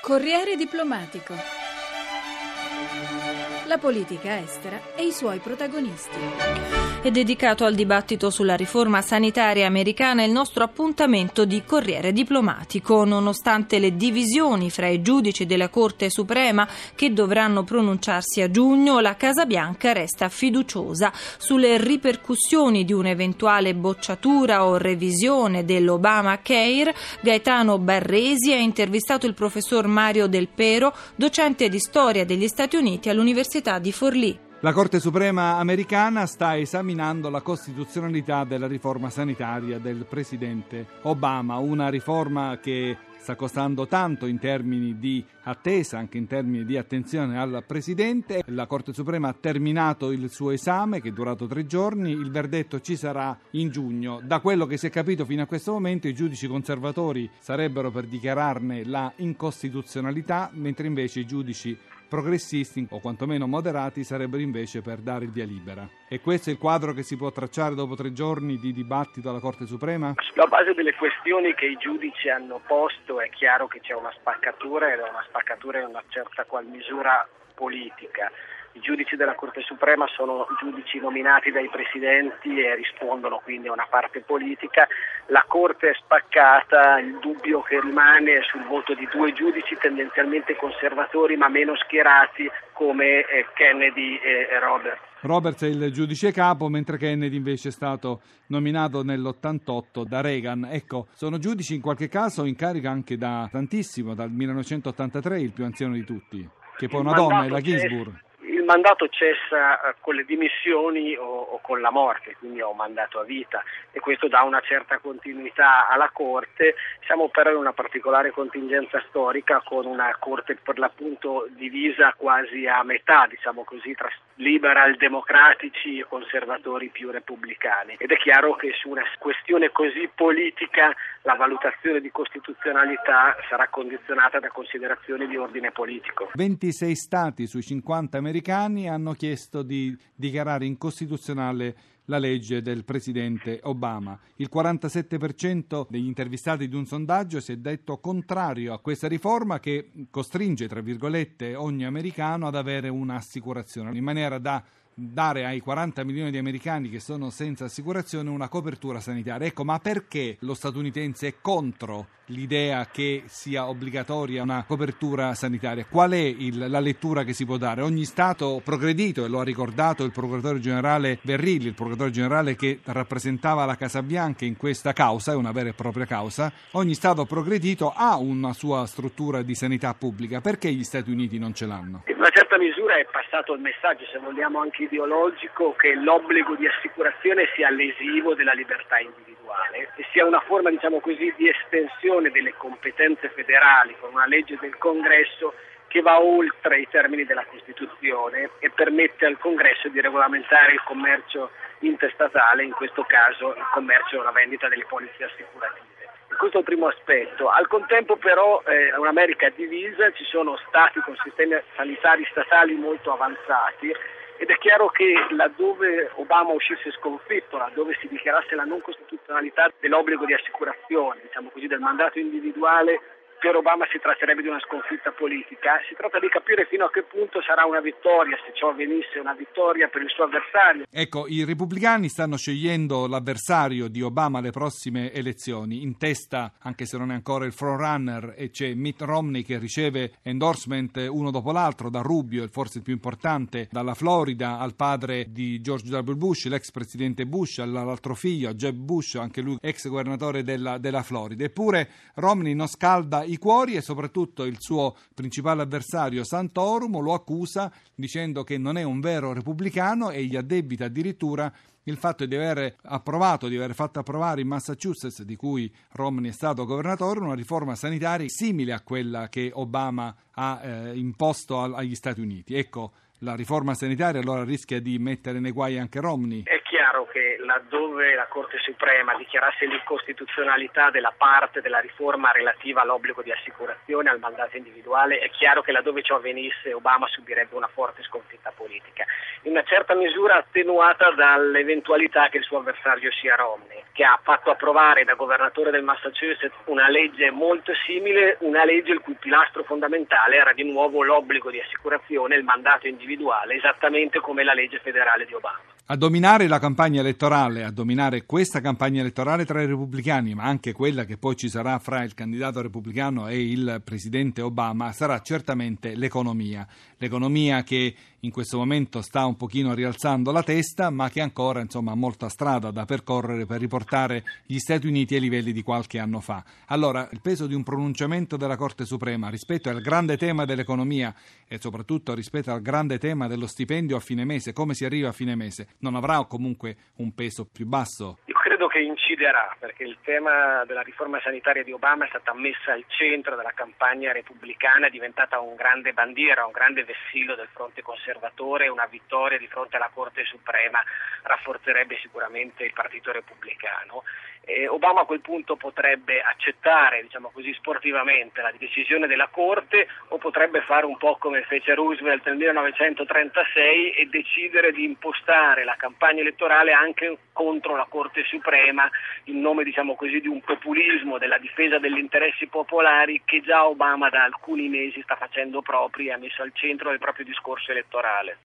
Corriere diplomatico. La politica estera e i suoi protagonisti. È dedicato al dibattito sulla riforma sanitaria americana il nostro appuntamento di Corriere diplomatico. Nonostante le divisioni fra i giudici della Corte Suprema che dovranno pronunciarsi a giugno, la Casa Bianca resta fiduciosa sulle ripercussioni di un'eventuale bocciatura o revisione dell'Obamacare. Gaetano Barresi ha intervistato il professor Mario Del Pero, docente di storia degli Stati Uniti all'Università di Forlì. La Corte Suprema americana sta esaminando la costituzionalità della riforma sanitaria del presidente Obama, una riforma che sta costando tanto in termini di attesa, anche in termini di attenzione al presidente. La Corte Suprema ha terminato il suo esame, che è durato 3 giorni, il verdetto ci sarà in giugno. Da quello che si è capito fino a questo momento, i giudici conservatori sarebbero per dichiararne la incostituzionalità, mentre invece i giudici progressisti o quantomeno moderati sarebbero invece per dare il via libera. E questo è il quadro che si può tracciare dopo 3 giorni di dibattito alla Corte Suprema? Sulla base delle questioni che i giudici hanno posto è chiaro che c'è una spaccatura ed è una spaccatura in una certa qual misura politica. I giudici della Corte Suprema sono giudici nominati dai presidenti e rispondono quindi a una parte politica. La Corte è spaccata, il dubbio che rimane è sul voto di 2 giudici tendenzialmente conservatori ma meno schierati come Kennedy e Roberts. Roberts è il giudice capo, mentre Kennedy invece è stato nominato nell'88 da Reagan. Ecco, sono giudici in qualche caso in carica anche da tantissimo, dal 1983, il più anziano di tutti, che poi una donna è la Ginsburg. Il mandato cessa con le dimissioni o con la morte, quindi è un mandato a vita e questo dà una certa continuità alla Corte. Siamo però in una particolare contingenza storica con una Corte per l'appunto divisa quasi a metà, diciamo così, tra liberal democratici e conservatori più repubblicani. Ed è chiaro che su una questione così politica la valutazione di costituzionalità sarà condizionata da considerazioni di ordine politico. 26 stati sui 50 americani hanno chiesto di dichiarare incostituzionale la legge del presidente Obama. Il 47% degli intervistati di un sondaggio si è detto contrario a questa riforma che costringe, tra virgolette, ogni americano ad avere un'assicurazione, in maniera da dare ai 40 milioni di americani che sono senza assicurazione una copertura sanitaria. Ecco, ma perché lo statunitense è contro l'idea che sia obbligatoria una copertura sanitaria? Qual è la lettura che si può dare? Ogni Stato progredito, e lo ha ricordato il procuratore generale Verrilli, il procuratore generale che rappresentava la Casa Bianca in questa causa, è una vera e propria causa, ogni Stato progredito ha una sua struttura di sanità pubblica. Perché gli Stati Uniti non ce l'hanno? In una certa misura è passato il messaggio, se vogliamo anche ideologico, che l'obbligo di assicurazione sia lesivo della libertà individuale e sia una forma, diciamo così, di estensione delle competenze federali con una legge del Congresso che va oltre i termini della Costituzione e permette al Congresso di regolamentare il commercio interstatale, in questo caso il commercio e la vendita delle polizze assicurative. Questo è il primo aspetto. Al contempo però è un'America divisa, ci sono stati con sistemi sanitari statali molto avanzati ed è chiaro che laddove Obama uscisse sconfitto, laddove si dichiarasse la non costituzionalità dell'obbligo di assicurazione, diciamo così, del mandato individuale, per Obama si tratterebbe di una sconfitta politica. Si tratta di capire fino a che punto sarà una vittoria, se ciò avvenisse, una vittoria per il suo avversario. Ecco, i repubblicani stanno scegliendo l'avversario di Obama alle prossime elezioni. In testa, anche se non è ancora il frontrunner, e c'è Mitt Romney che riceve endorsement uno dopo l'altro da Rubio, e forse il più importante, dalla Florida al padre di George W. Bush, l'ex presidente Bush, all'altro figlio, Jeb Bush, anche lui ex governatore della Florida. Eppure Romney non scalda i cuori e soprattutto il suo principale avversario Santorum lo accusa dicendo che non è un vero repubblicano e gli addebita addirittura il fatto di aver fatto approvare in Massachusetts, di cui Romney è stato governatore, una riforma sanitaria simile a quella che Obama ha imposto agli Stati Uniti. Ecco, la riforma sanitaria allora rischia di mettere nei guai anche Romney. È chiaro che laddove la Corte Suprema dichiarasse l'incostituzionalità della parte della riforma relativa all'obbligo di assicurazione al mandato individuale, è chiaro che laddove ciò avvenisse Obama subirebbe una forte sconfitta politica, in una certa misura attenuata dall'eventualità che il suo avversario sia Romney, che ha fatto approvare da governatore del Massachusetts una legge molto simile, una legge il cui pilastro fondamentale era di nuovo l'obbligo di assicurazione, il mandato individuale, esattamente come la legge federale di Obama. A dominare la campagna elettorale, a dominare questa campagna elettorale tra i repubblicani, ma anche quella che poi ci sarà fra il candidato repubblicano e il presidente Obama, sarà certamente l'economia. L'economia che in questo momento sta un pochino rialzando la testa, ma che ancora ha molta strada da percorrere per riportare gli Stati Uniti ai livelli di qualche anno fa. Allora, il peso di un pronunciamento della Corte Suprema rispetto al grande tema dell'economia e soprattutto rispetto al grande tema dello stipendio a fine mese, come si arriva a fine mese, non avrà comunque un peso più basso? Io credo che inciderà, perché il tema della riforma sanitaria di Obama è stata messa al centro della campagna repubblicana, è diventata un grande bandiera, un grande vessillo del fronte conservatore, una vittoria di fronte alla Corte Suprema rafforzerebbe sicuramente il Partito Repubblicano. Obama a quel punto potrebbe accettare, sportivamente, la decisione della Corte, o potrebbe fare un po' come fece Roosevelt nel 1936 e decidere di impostare la campagna elettorale anche contro la Corte Suprema in nome, di un populismo della difesa degli interessi popolari che già Obama da alcuni mesi sta facendo propri e ha messo al centro del proprio discorso elettorale.